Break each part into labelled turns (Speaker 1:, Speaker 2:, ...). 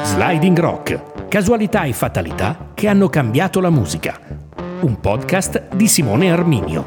Speaker 1: Sliding Rock, casualità e fatalità che hanno cambiato la musica. Un podcast di Simone Arminio.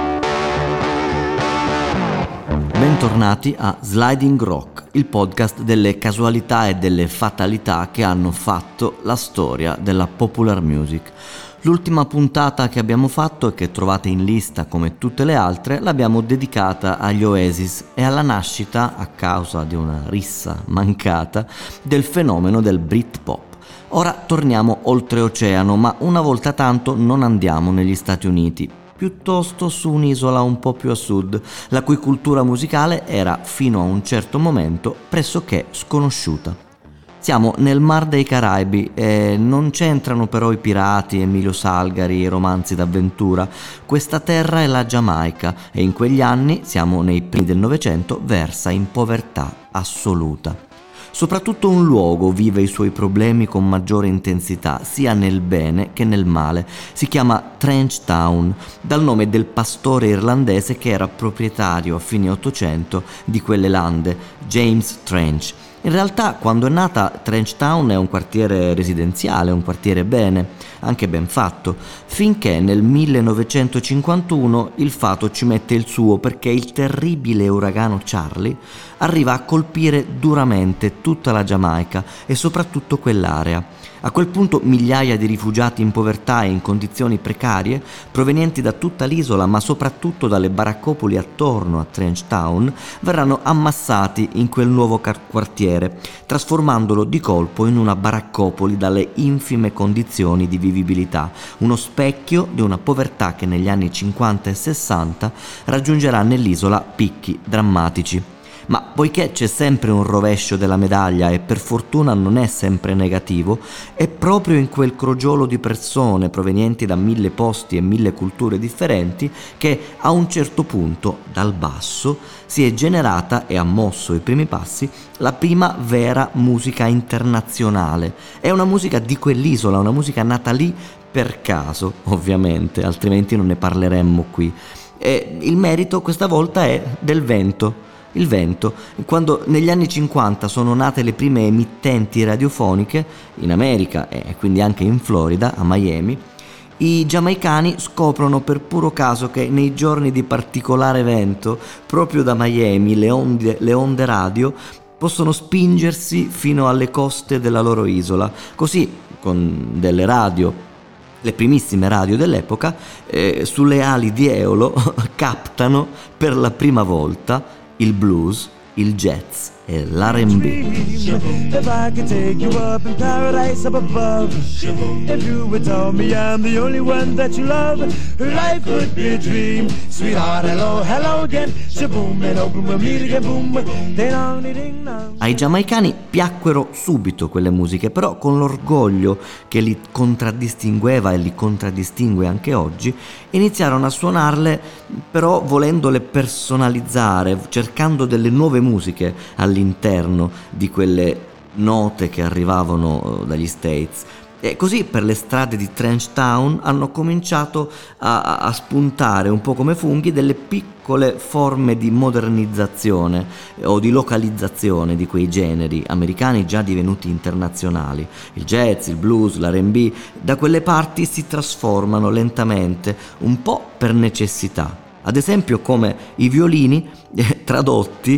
Speaker 2: Bentornati a Sliding Rock, il podcast delle casualità e delle fatalità che hanno fatto la storia della popular music. L'ultima puntata che abbiamo fatto e che trovate in lista come tutte le altre l'abbiamo dedicata agli Oasis e alla nascita, a causa di una rissa mancata, del fenomeno del Britpop. Ora torniamo oltreoceano, ma una volta tanto non andiamo negli Stati Uniti, piuttosto su un'isola un po' più a sud, la cui cultura musicale era fino a un certo momento pressoché sconosciuta. Siamo nel Mar dei Caraibi e non c'entrano però i pirati, Emilio Salgari, i romanzi d'avventura. Questa terra è la Giamaica e in quegli anni, siamo nei primi del Novecento, versa in povertà assoluta. Soprattutto un luogo vive i suoi problemi con maggiore intensità, sia nel bene che nel male. Si chiama Trench Town, dal nome del pastore irlandese che era proprietario a fine Ottocento di quelle lande, James Trench. In realtà, quando è nata, Trench Town è un quartiere residenziale, un quartiere bene, anche ben fatto, finché nel 1951 il fato ci mette il suo, perché il terribile uragano Charlie arriva a colpire duramente tutta la Giamaica e soprattutto quell'area. A quel punto migliaia di rifugiati in povertà e in condizioni precarie, provenienti da tutta l'isola ma soprattutto dalle baraccopoli attorno a Trench Town, verranno ammassati in quel nuovo quartiere, trasformandolo di colpo in una baraccopoli dalle infime condizioni di vivibilità, uno specchio di una povertà che negli anni 50 e 60 raggiungerà nell'isola picchi drammatici. Ma poiché c'è sempre un rovescio della medaglia e per fortuna non è sempre negativo, è proprio in quel crogiolo di persone provenienti da 1000 posti e 1000 culture differenti che a un certo punto, dal basso, si è generata e ha mosso i primi passi la prima vera musica internazionale. È una musica di quell'isola, una musica nata lì per caso, ovviamente, altrimenti non ne parleremmo qui. E il merito questa volta è del vento. Il vento, quando negli anni 50 sono nate le prime emittenti radiofoniche in America e quindi anche in Florida, a Miami, i giamaicani scoprono per puro caso che nei giorni di particolare vento, proprio da Miami, le onde radio possono spingersi fino alle coste della loro isola. Così, con delle radio, le primissime radio dell'epoca, sulle ali di Eolo captano per la prima volta il blues, il jazz e l'R&B.
Speaker 3: If I could take you up in paradise up above, if you would tell me I'm the only one that you love, life would be a dream. Sweetheart, hello, hello again. Shaboom, and open we'll meet again, boom. Ding dong.
Speaker 2: Ai giamaicani piacquero subito quelle musiche, però con l'orgoglio che li contraddistingueva e li contraddistingue anche oggi, iniziarono a suonarle, però volendole personalizzare, cercando delle nuove musiche all'interno di quelle note che arrivavano dagli States. E così per le strade di Trench Town hanno cominciato a spuntare un po' come funghi delle piccole forme di modernizzazione o di localizzazione di quei generi americani già divenuti internazionali. Il jazz, il blues, l'R&B, da quelle parti si trasformano lentamente, un po' per necessità. Ad esempio come i violini tradotti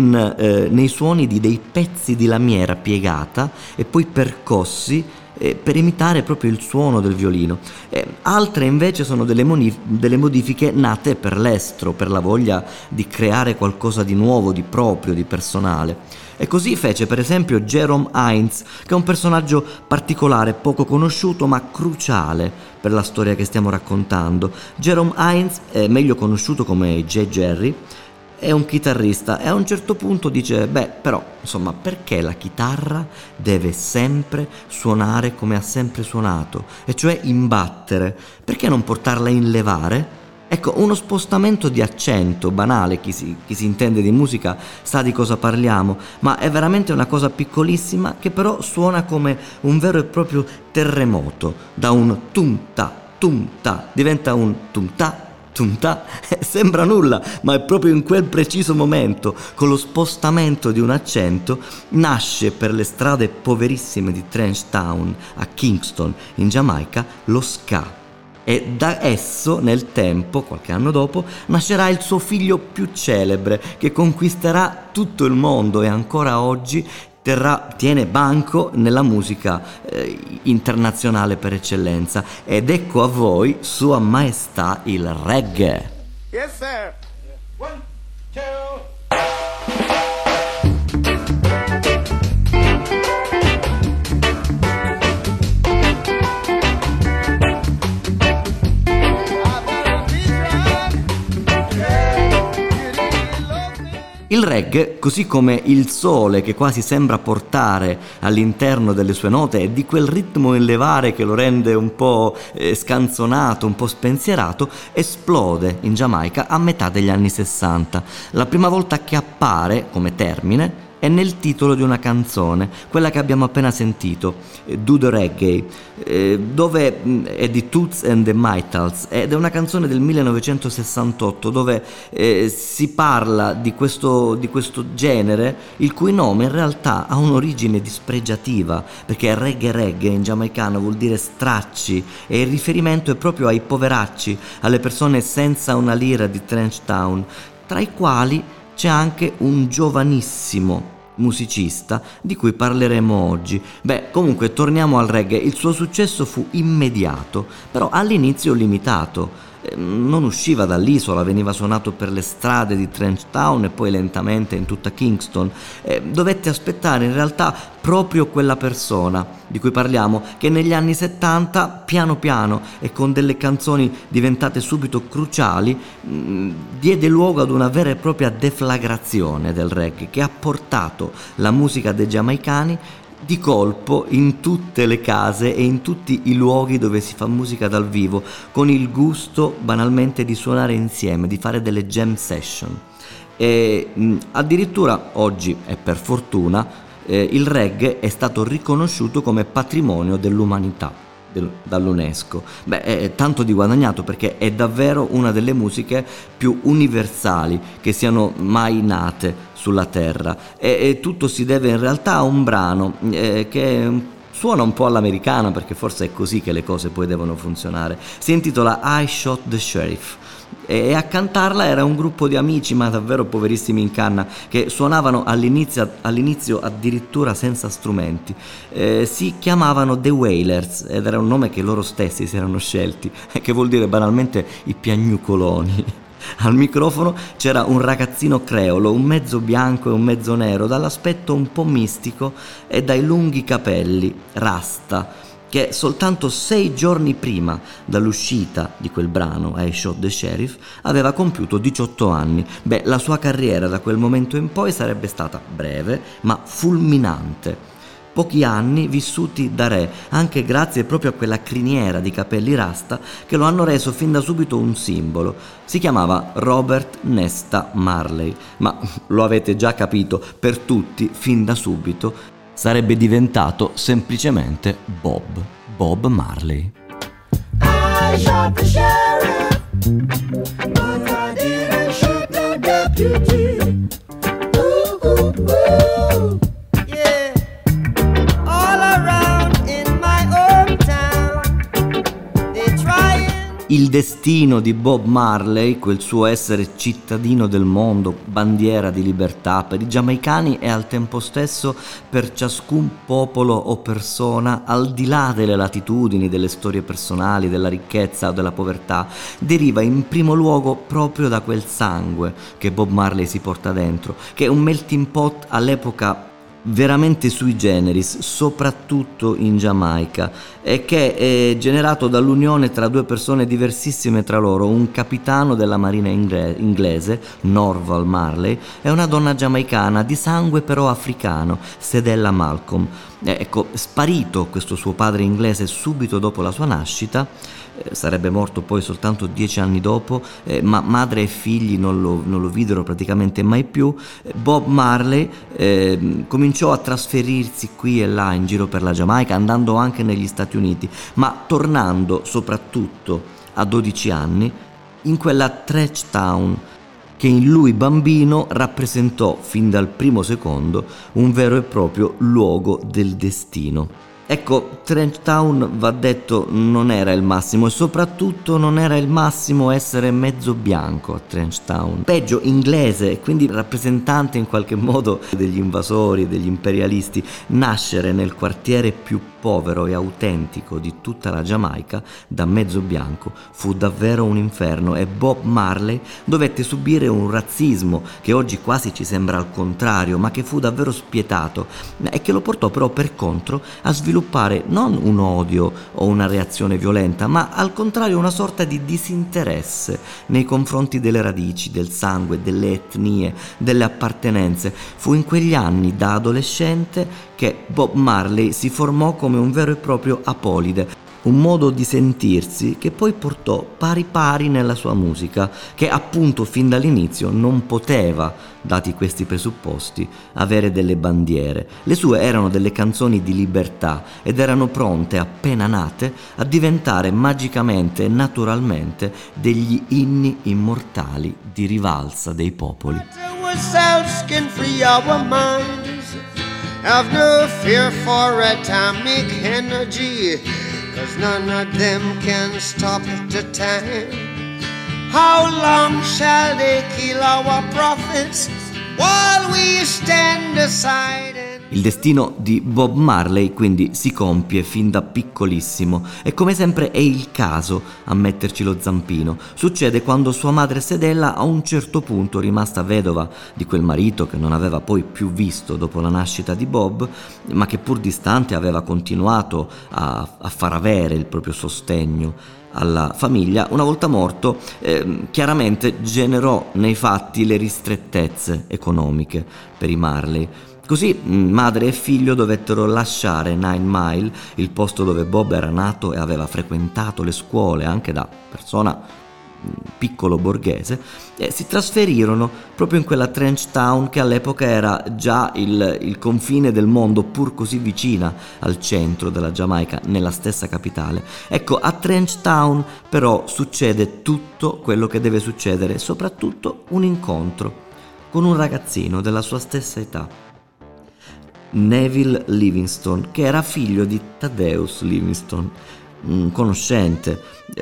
Speaker 2: nei suoni di dei pezzi di lamiera piegata e poi percossi per imitare proprio il suono del violino. Altre invece sono delle modifiche nate per l'estro, per la voglia di creare qualcosa di nuovo, di proprio, di personale. E così fece per esempio Jerome Hines, che è un personaggio particolare, poco conosciuto ma cruciale per la storia che stiamo raccontando. Jerome Hines è meglio conosciuto come J. Jerry, è un chitarrista e a un certo punto dice però insomma, perché la chitarra deve sempre suonare come ha sempre suonato, e cioè imbattere? Perché non portarla in levare? Ecco, uno spostamento di accento banale, chi si intende di musica sa di cosa parliamo, ma è veramente una cosa piccolissima che però suona come un vero e proprio terremoto. Da un tum ta diventa un tum ta Tunta sembra nulla, ma è proprio in quel preciso momento, con lo spostamento di un accento, nasce per le strade poverissime di Trench Town a Kingston, in Giamaica, lo ska. E da esso, nel tempo, qualche anno dopo, nascerà il suo figlio più celebre, che conquisterà tutto il mondo e ancora oggi tiene banco nella musica internazionale per eccellenza. Ed ecco a voi Sua Maestà il reggae.
Speaker 3: Yes, sir. 1, 2.
Speaker 2: Il reggae, così come il sole che quasi sembra portare all'interno delle sue note e di quel ritmo in levare che lo rende un po' scanzonato, un po' spensierato, esplode in Giamaica a metà degli anni 60. La prima volta che appare come termine è nel titolo di una canzone, quella che abbiamo appena sentito, Do the Reggae, dove è di Toots and the Maytals, ed è una canzone del 1968 dove si parla di questo genere, il cui nome in realtà ha un'origine dispregiativa, perché reggae in giamaicano vuol dire stracci, e il riferimento è proprio ai poveracci, alle persone senza una lira di Trench Town, tra i quali c'è anche un giovanissimo musicista di cui parleremo oggi. Comunque torniamo al reggae. Il suo successo fu immediato, però all'inizio limitato. Non usciva dall'isola, veniva suonato per le strade di Trench Town e poi lentamente in tutta Kingston. Dovette aspettare in realtà proprio quella persona di cui parliamo, che negli anni 70 piano piano e con delle canzoni diventate subito cruciali diede luogo ad una vera e propria deflagrazione del reggae, che ha portato la musica dei giamaicani di colpo in tutte le case e in tutti i luoghi dove si fa musica dal vivo, con il gusto banalmente di suonare insieme, di fare delle jam session. E addirittura oggi, e per fortuna, il reggae è stato riconosciuto come patrimonio dell'umanità dall'UNESCO. È tanto di guadagnato, perché è davvero una delle musiche più universali che siano mai nate sulla terra, e tutto si deve in realtà a un brano che suona un po' all'americana, perché forse è così che le cose poi devono funzionare. Si intitola I Shot the Sheriff, e a cantarla era un gruppo di amici, ma davvero poverissimi in canna, che suonavano all'inizio addirittura senza strumenti. Si chiamavano The Wailers, ed era un nome che loro stessi si erano scelti, che vuol dire banalmente i piagnucoloni. Al microfono c'era un ragazzino creolo, un mezzo bianco e un mezzo nero, dall'aspetto un po' mistico e dai lunghi capelli, rasta, che soltanto 6 giorni prima dall'uscita di quel brano, I Shot the Sheriff, aveva compiuto 18 anni. La sua carriera da quel momento in poi sarebbe stata breve, ma fulminante. Pochi anni vissuti da re, anche grazie proprio a quella criniera di capelli rasta che lo hanno reso fin da subito un simbolo. Si chiamava Robert Nesta Marley, ma lo avete già capito, per tutti fin da subito sarebbe diventato semplicemente Bob Marley.
Speaker 4: I shot the sheriff, but I didn't shoot the deputy. Ooh, ooh, ooh. Yeah, all around in my hometown, they trying.
Speaker 2: Il destino di Bob Marley, quel suo essere cittadino del mondo, bandiera di libertà per i giamaicani e al tempo stesso per ciascun popolo o persona, al di là delle latitudini, delle storie personali, della ricchezza o della povertà, deriva in primo luogo proprio da quel sangue che Bob Marley si porta dentro, che è un melting pot all'epoca veramente sui generis, soprattutto in Giamaica, e che è generato dall'unione tra due persone diversissime tra loro, un capitano della marina inglese, Norval Marley, e una donna giamaicana di sangue però africano, Cedella Malcolm. Ecco, sparito questo suo padre inglese subito dopo la sua nascita, sarebbe morto poi soltanto 10 anni dopo, ma madre e figli non lo videro praticamente mai più. Bob Marley cominciò a trasferirsi qui e là in giro per la Giamaica, andando anche negli Stati Uniti, ma tornando soprattutto a 12 anni in quella Trench Town che in lui bambino rappresentò fin dal primo secondo un vero e proprio luogo del destino. Ecco, Trench Town, va detto, non era il massimo, e soprattutto non era il massimo essere mezzo bianco a Trench Town. Peggio, inglese, e quindi rappresentante in qualche modo degli invasori, degli imperialisti. Nascere nel quartiere più povero e autentico di tutta la Giamaica da mezzo bianco fu davvero un inferno, e Bob Marley dovette subire un razzismo che oggi quasi ci sembra al contrario, ma che fu davvero spietato e che lo portò però per contro a sviluppare non un odio o una reazione violenta, ma al contrario una sorta di disinteresse nei confronti delle radici, del sangue, delle etnie, delle appartenenze. Fu in quegli anni da adolescente che Bob Marley si formò come un vero e proprio apolide, un modo di sentirsi che poi portò pari pari nella sua musica, che appunto fin dall'inizio non poteva, dati questi presupposti, avere delle bandiere. Le sue erano delle canzoni di libertà ed erano pronte, appena nate, a diventare magicamente e naturalmente degli inni immortali di rivalsa dei popoli.
Speaker 4: Have no fear for atomic energy, 'cause none of them can stop the time. How long shall they kill our prophets while we stand aside?
Speaker 2: Il destino di Bob Marley quindi si compie fin da piccolissimo, e come sempre è il caso a metterci lo zampino. Succede quando sua madre Sedella, a un certo punto rimasta vedova di quel marito che non aveva poi più visto dopo la nascita di Bob, ma che pur distante aveva continuato a far avere il proprio sostegno alla famiglia, una volta morto chiaramente generò nei fatti le ristrettezze economiche per i Marley. Così madre e figlio dovettero lasciare Nine Mile, il posto dove Bob era nato e aveva frequentato le scuole anche da persona piccolo borghese, e si trasferirono proprio in quella Trench Town che all'epoca era già il confine del mondo, pur così vicina al centro della Giamaica, nella stessa capitale. Ecco, a Trench Town però succede tutto quello che deve succedere, soprattutto un incontro con un ragazzino della sua stessa età, Neville Livingstone, che era figlio di Thaddeus Livingstone, un conoscente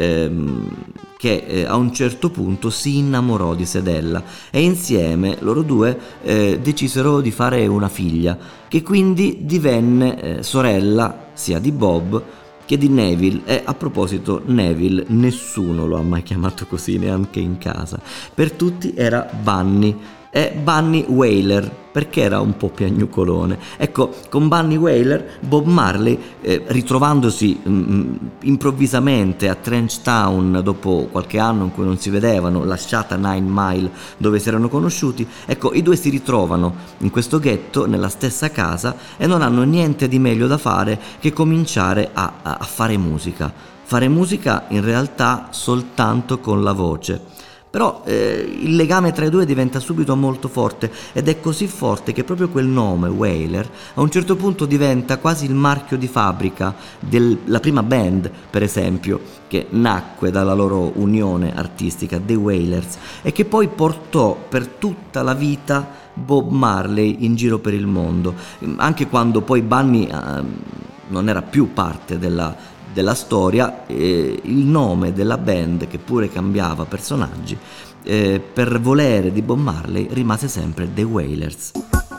Speaker 2: che a un certo punto si innamorò di Sedella, e insieme loro due decisero di fare una figlia, che quindi divenne sorella sia di Bob che di Neville. E a proposito, Neville nessuno lo ha mai chiamato così, neanche in casa. Per tutti era Bunny, e Bunny Wailer, perché era un po' piagnucolone. Ecco, con Bunny Wailer Bob Marley, ritrovandosi improvvisamente a Trench Town dopo qualche anno in cui non si vedevano, lasciata Nine Mile dove si erano conosciuti, ecco, i due si ritrovano in questo ghetto, nella stessa casa, e non hanno niente di meglio da fare che cominciare a fare musica. Fare musica in realtà soltanto con la voce. Però il legame tra i due diventa subito molto forte, ed è così forte che proprio quel nome, Wailer, a un certo punto diventa quasi il marchio di fabbrica della prima band, per esempio, che nacque dalla loro unione artistica, The Wailers, e che poi portò per tutta la vita Bob Marley in giro per il mondo, anche quando poi Bunny non era più parte della storia. Il nome della band, che pure cambiava personaggi, per volere di Bob Marley rimase sempre The Wailers.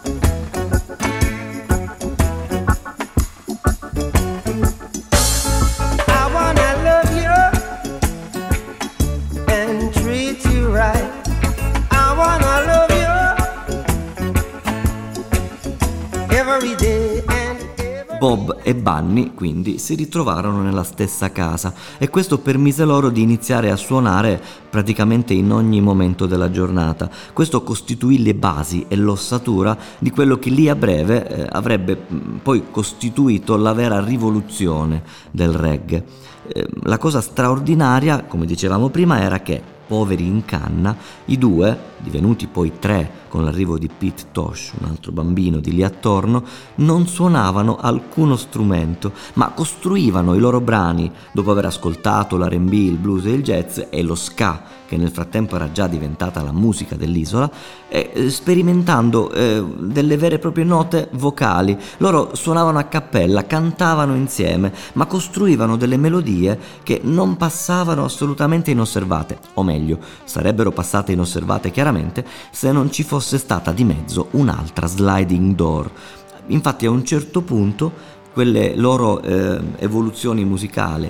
Speaker 2: Bob e Bunny quindi si ritrovarono nella stessa casa, e questo permise loro di iniziare a suonare praticamente in ogni momento della giornata. Questo costituì le basi e l'ossatura di quello che lì a breve avrebbe poi costituito la vera rivoluzione del reggae. La cosa straordinaria, come dicevamo prima, era che poveri in canna, i due, divenuti poi 3 con l'arrivo di Pete Tosh, un altro bambino di lì attorno, non suonavano alcuno strumento, ma costruivano i loro brani dopo aver ascoltato l'R&B, il blues e il jazz e lo ska, che nel frattempo era già diventata la musica dell'isola, sperimentando delle vere e proprie note vocali. Loro suonavano a cappella, cantavano insieme, ma costruivano delle melodie che non passavano assolutamente inosservate, o meglio, sarebbero passate inosservate chiaramente se non ci fosse stata di mezzo un'altra sliding door. Infatti a un certo punto quelle loro evoluzioni musicali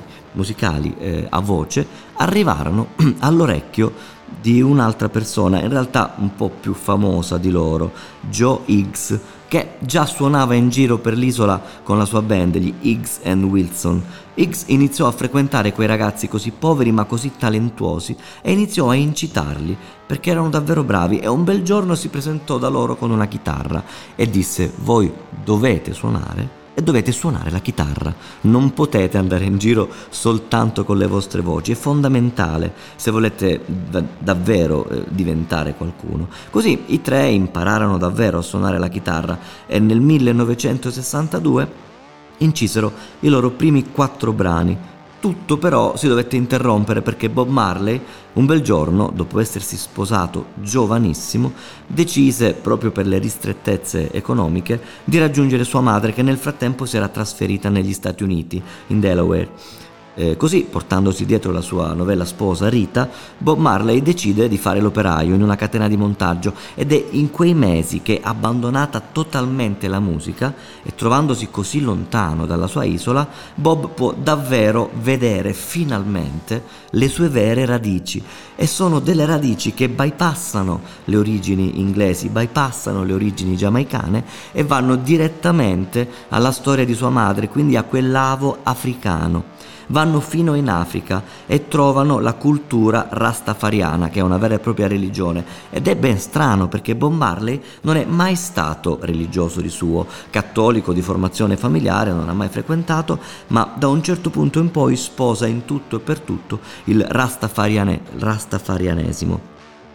Speaker 2: a voce arrivarono all'orecchio di un'altra persona, in realtà un po' più famosa di loro, Joe Higgs, che già suonava in giro per l'isola con la sua band, gli Higgs and Wilson. Higgs iniziò a frequentare quei ragazzi così poveri ma così talentuosi e iniziò a incitarli perché erano davvero bravi, e un bel giorno si presentò da loro con una chitarra e disse: voi dovete suonare e dovete suonare la chitarra, non potete andare in giro soltanto con le vostre voci, è fondamentale se volete davvero diventare qualcuno. Così i 3 impararono davvero a suonare la chitarra e nel 1962 incisero i loro primi 4 brani. Tutto però si dovette interrompere perché Bob Marley, un bel giorno, dopo essersi sposato giovanissimo, decise, proprio per le ristrettezze economiche, di raggiungere sua madre, che nel frattempo si era trasferita negli Stati Uniti, in Delaware. Così, portandosi dietro la sua novella sposa Rita, Bob Marley decide di fare l'operaio in una catena di montaggio, ed è in quei mesi che, abbandonata totalmente la musica e trovandosi così lontano dalla sua isola, Bob può davvero vedere finalmente le sue vere radici, e sono delle radici che bypassano le origini inglesi, bypassano le origini giamaicane e vanno direttamente alla storia di sua madre, quindi a quell'avo africano. Vanno fino in Africa e trovano la cultura rastafariana, che è una vera e propria religione, ed è ben strano perché Bob Marley non è mai stato religioso di suo, cattolico di formazione familiare, non ha mai frequentato, ma da un certo punto in poi sposa in tutto e per tutto il rastafarianesimo,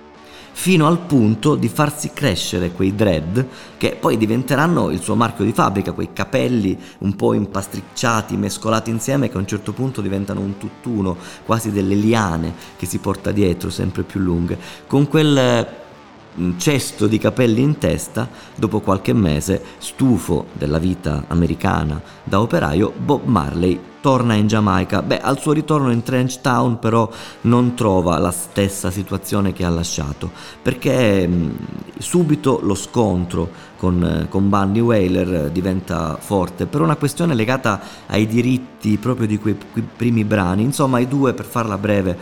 Speaker 2: fino al punto di farsi crescere quei dread che poi diventeranno il suo marchio di fabbrica, quei capelli un po' impastricciati, mescolati insieme, che a un certo punto diventano un tutt'uno, quasi delle liane che si porta dietro, sempre più lunghe. Con quel cesto di capelli in testa, dopo qualche mese, stufo della vita americana da operaio, Bob Marley torna in Giamaica. Al suo ritorno in Trench Town però non trova la stessa situazione che ha lasciato, perché subito lo scontro con Bunny Wailer diventa forte per una questione legata ai diritti proprio di quei primi brani. Insomma, i due, per farla breve,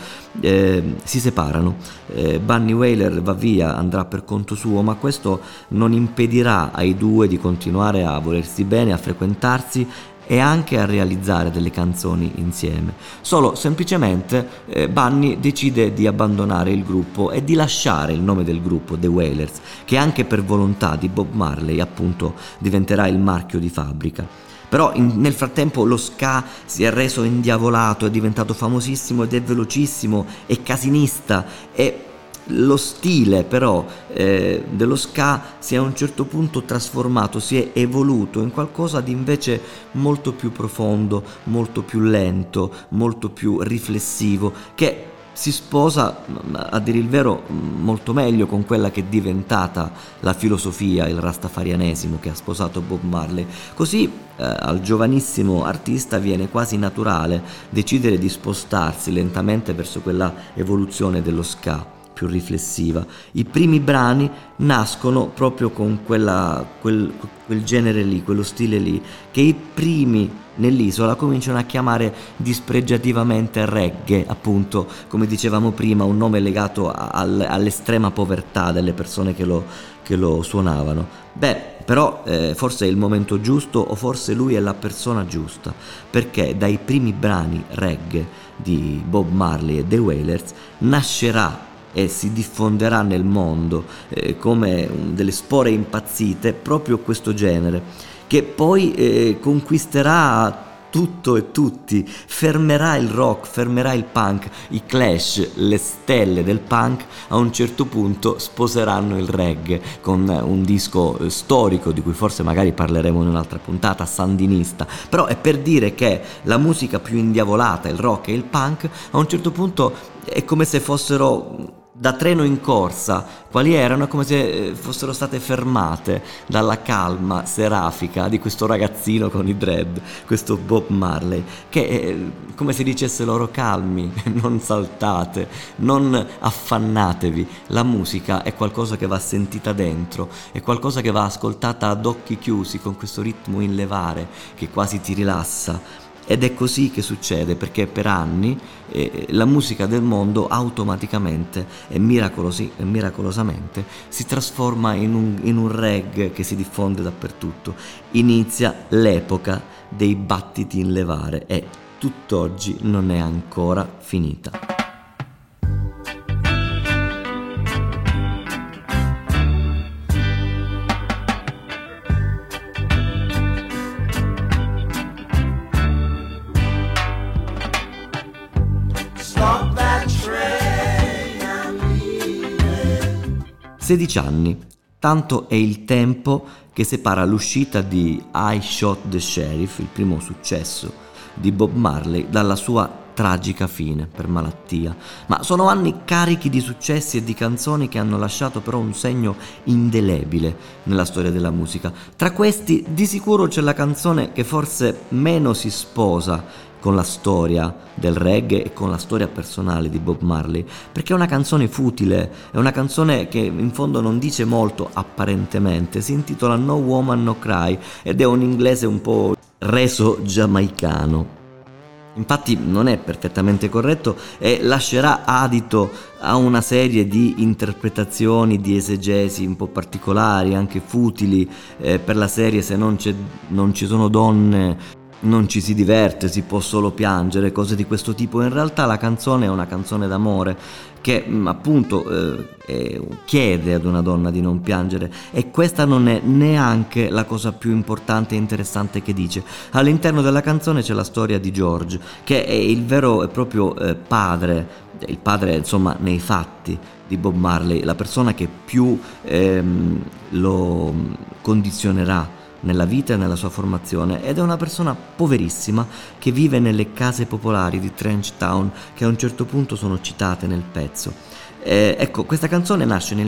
Speaker 2: si separano. Bunny Wailer va via, andrà per conto suo, ma questo non impedirà ai due di continuare a volersi bene, a frequentarsi e anche a realizzare delle canzoni insieme. Solo semplicemente Bunny decide di abbandonare il gruppo e di lasciare il nome del gruppo, The Wailers, che anche per volontà di Bob Marley appunto diventerà il marchio di fabbrica. Però nel frattempo lo ska si è reso indiavolato, è diventato famosissimo ed è velocissimo e casinista, e lo stile però dello ska si è a un certo punto trasformato, si è evoluto in qualcosa di invece molto più profondo, molto più lento, molto più riflessivo, che si sposa, a dire il vero, molto meglio con quella che è diventata la filosofia, il rastafarianesimo che ha sposato Bob Marley. Così al giovanissimo artista viene quasi naturale decidere di spostarsi lentamente verso quella evoluzione dello ska più riflessiva. I primi brani nascono proprio con quel genere lì, quello stile lì, che i primi nell'isola cominciano a chiamare dispregiativamente reggae, appunto, come dicevamo prima, un nome legato all'estrema povertà delle persone che lo suonavano. Però forse è il momento giusto, o forse lui è la persona giusta, perché dai primi brani reggae di Bob Marley e The Wailers nascerà e si diffonderà nel mondo come delle spore impazzite proprio questo genere, che poi conquisterà tutto e tutti, fermerà il rock, fermerà il punk. I Clash, le stelle del punk, a un certo punto sposeranno il reggae con un disco storico di cui forse magari parleremo in un'altra puntata, Sandinista. Però è per dire che la musica più indiavolata, il rock e il punk, a un certo punto è come se fossero da treno in corsa. Quali erano? È come se fossero state fermate dalla calma serafica di questo ragazzino con i dread, questo Bob Marley, che è come se dicesse loro: calmi, non saltate, non affannatevi. La musica è qualcosa che va sentita dentro, è qualcosa che va ascoltata ad occhi chiusi, con questo ritmo in levare che quasi ti rilassa. Ed è così che succede, perché per anni la musica del mondo automaticamente e miracolosamente si trasforma in un reggae che si diffonde dappertutto. Inizia l'epoca dei battiti in levare e tutt'oggi non è ancora finita.
Speaker 3: Stop that train, I'm leaving.
Speaker 2: 16 anni, tanto è il tempo che separa l'uscita di I Shot the Sheriff, il primo successo di Bob Marley, dalla sua tragica fine per malattia. Ma sono anni carichi di successi e di canzoni che hanno lasciato però un segno indelebile nella storia della musica. Tra questi di sicuro c'è la canzone che forse meno si sposa con la storia del reggae e con la storia personale di Bob Marley, perché è una canzone futile, è una canzone che in fondo non dice molto apparentemente. Si intitola No Woman No Cry ed è un inglese un po' reso giamaicano. Infatti non è perfettamente corretto e lascerà adito a una serie di interpretazioni, di esegesi un po' particolari, anche futili, per la serie se non ci sono donne non ci si diverte, si può solo piangere, cose di questo tipo. In realtà la canzone è una canzone d'amore che appunto chiede ad una donna di non piangere, e questa non è neanche la cosa più importante e interessante che dice. All'interno della canzone c'è la storia di George, che è il vero e proprio padre, il padre insomma nei fatti di Bob Marley, la persona che più lo condizionerà nella vita e nella sua formazione, ed è una persona poverissima che vive nelle case popolari di Trench Town, che a un certo punto sono citate nel pezzo. Ecco, questa canzone nasce nel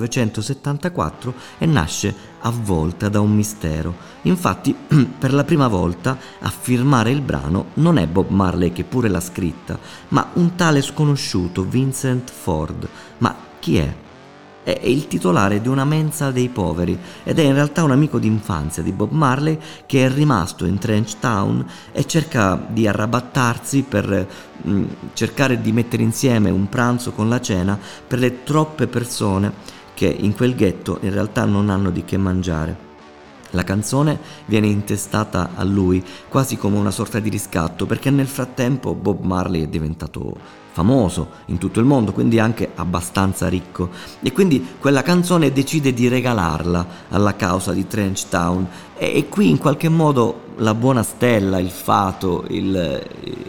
Speaker 2: 1974 e nasce avvolta da un mistero. Infatti per la prima volta a firmare il brano non è Bob Marley, che pure l'ha scritta, ma un tale sconosciuto, Vincent Ford. Ma chi è? È il titolare di una mensa dei poveri ed è in realtà un amico d'infanzia di Bob Marley che è rimasto in Trench Town e cerca di arrabattarsi per cercare di mettere insieme un pranzo con la cena per le troppe persone che in quel ghetto in realtà non hanno di che mangiare. La canzone viene intestata a lui quasi come una sorta di riscatto, perché nel frattempo Bob Marley è diventato famoso in tutto il mondo, quindi anche abbastanza ricco, e quindi quella canzone decide di regalarla alla causa di Trench Town, e qui in qualche modo la buona stella, il fato, il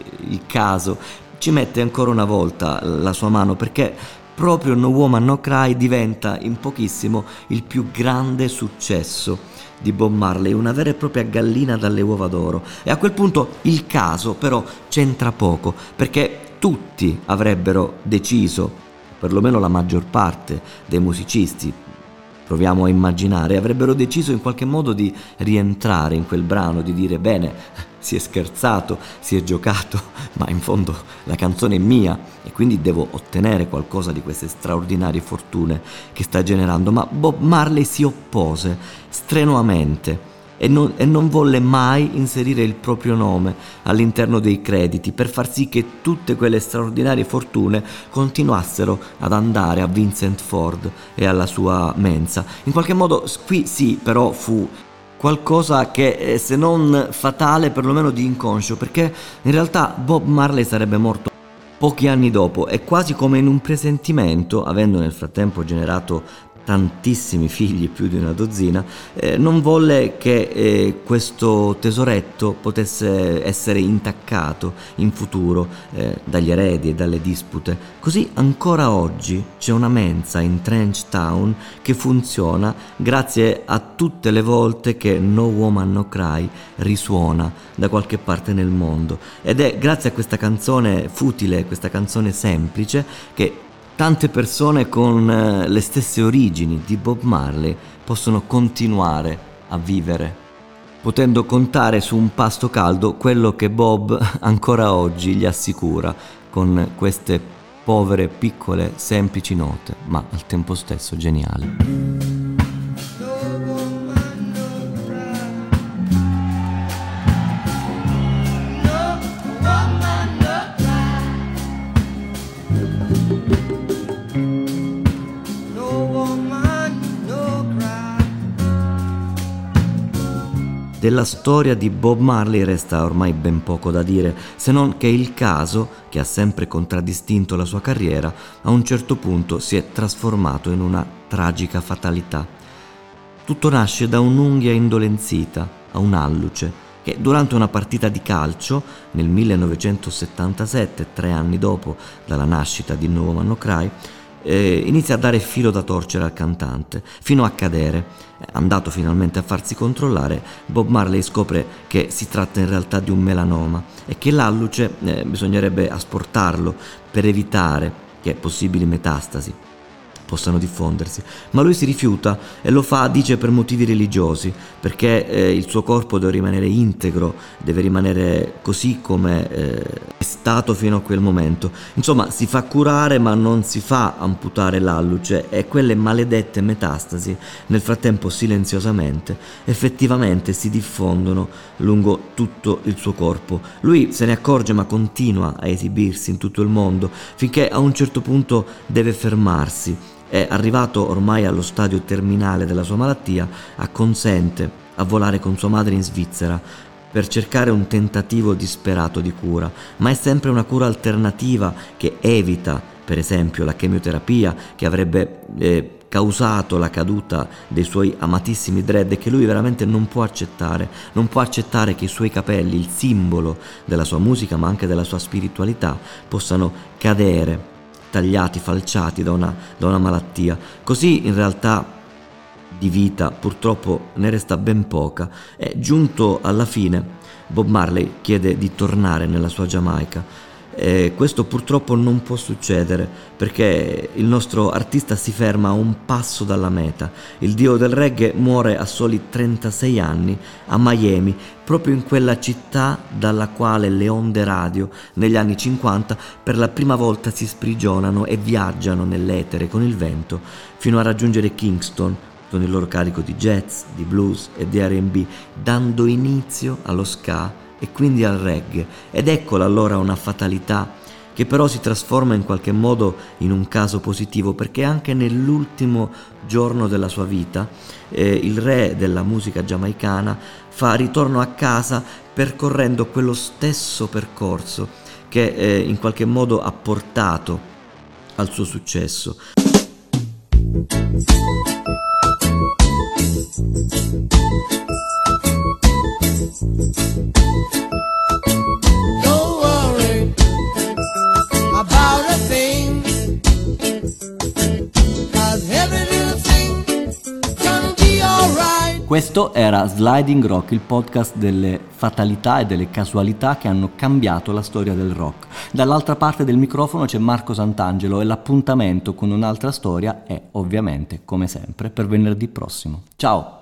Speaker 2: caso ci mette ancora una volta la sua mano, perché proprio No Woman No Cry diventa in pochissimo il più grande successo di Bob Marley, una vera e propria gallina dalle uova d'oro. E a quel punto il caso però c'entra poco, perché tutti avrebbero deciso, perlomeno la maggior parte dei musicisti, proviamo a immaginare, avrebbero deciso in qualche modo di rientrare in quel brano, di dire bene, si è scherzato, si è giocato, ma in fondo la canzone è mia e quindi devo ottenere qualcosa di queste straordinarie fortune che sta generando. Ma Bob Marley si oppose strenuamente e non volle mai inserire il proprio nome all'interno dei crediti, per far sì che tutte quelle straordinarie fortune continuassero ad andare a Vincent Ford e alla sua mensa. In qualche modo qui sì, però fu qualcosa che se non fatale perlomeno di inconscio, perché in realtà Bob Marley sarebbe morto pochi anni dopo, e quasi come in un presentimento, avendo nel frattempo generato tantissimi figli, più di una dozzina, non volle che questo tesoretto potesse essere intaccato in futuro dagli eredi e dalle dispute. Così ancora oggi c'è una mensa in Trench Town che funziona grazie a tutte le volte che No Woman No Cry risuona da qualche parte nel mondo, ed è grazie a questa canzone futile, questa canzone semplice, che tante persone con le stesse origini di Bob Marley possono continuare a vivere, potendo contare su un pasto caldo, quello che Bob ancora oggi gli assicura con queste povere, piccole, semplici note, ma al tempo stesso geniali. Della storia di Bob Marley resta ormai ben poco da dire, se non che il caso, che ha sempre contraddistinto la sua carriera, a un certo punto si è trasformato in una tragica fatalità. Tutto nasce da un'unghia indolenzita, a un alluce, che durante una partita di calcio nel 1977, 3 anni dopo dalla nascita di No Woman No Cry, inizia a dare filo da torcere al cantante, fino a cadere. Andato finalmente a farsi controllare, Bob Marley scopre che si tratta in realtà di un melanoma e che l'alluce bisognerebbe asportarlo per evitare che possibili metastasi possano diffondersi, ma lui si rifiuta e lo fa, dice, per motivi religiosi, perché il suo corpo deve rimanere integro, deve rimanere così come è stato fino a quel momento. Insomma, si fa curare ma non si fa amputare l'alluce, e quelle maledette metastasi nel frattempo silenziosamente effettivamente si diffondono lungo tutto il suo corpo. Lui se ne accorge ma continua a esibirsi in tutto il mondo finché a un certo punto deve fermarsi. È arrivato ormai allo stadio terminale della sua malattia, acconsente a volare con sua madre in Svizzera per cercare un tentativo disperato di cura, ma è sempre una cura alternativa che evita, per esempio, la chemioterapia che avrebbe causato la caduta dei suoi amatissimi dread, e che lui veramente non può accettare che i suoi capelli, il simbolo della sua musica ma anche della sua spiritualità, possano cadere tagliati, falciati da una malattia. Così in realtà di vita purtroppo ne resta ben poca, e giunto alla fine Bob Marley chiede di tornare nella sua Giamaica. Questo purtroppo non può succedere perché il nostro artista si ferma a un passo dalla meta. Il dio del reggae muore a soli 36 anni a Miami, proprio in quella città dalla quale le onde radio negli anni 50 per la prima volta si sprigionano e viaggiano nell'etere con il vento fino a raggiungere Kingston con il loro carico di jazz, di blues e di R&B, dando inizio allo ska e quindi al reggae. Ed eccola allora una fatalità che però si trasforma in qualche modo in un caso positivo, perché anche nell'ultimo giorno della sua vita il re della musica giamaicana fa ritorno a casa percorrendo quello stesso percorso che in qualche modo ha portato al suo successo. Questo era Sliding Rock, il podcast delle fatalità e delle casualità che hanno cambiato la storia del rock. Dall'altra parte del microfono c'è Marco Santangelo e l'appuntamento con un'altra storia è ovviamente, come sempre, per venerdì prossimo. Ciao!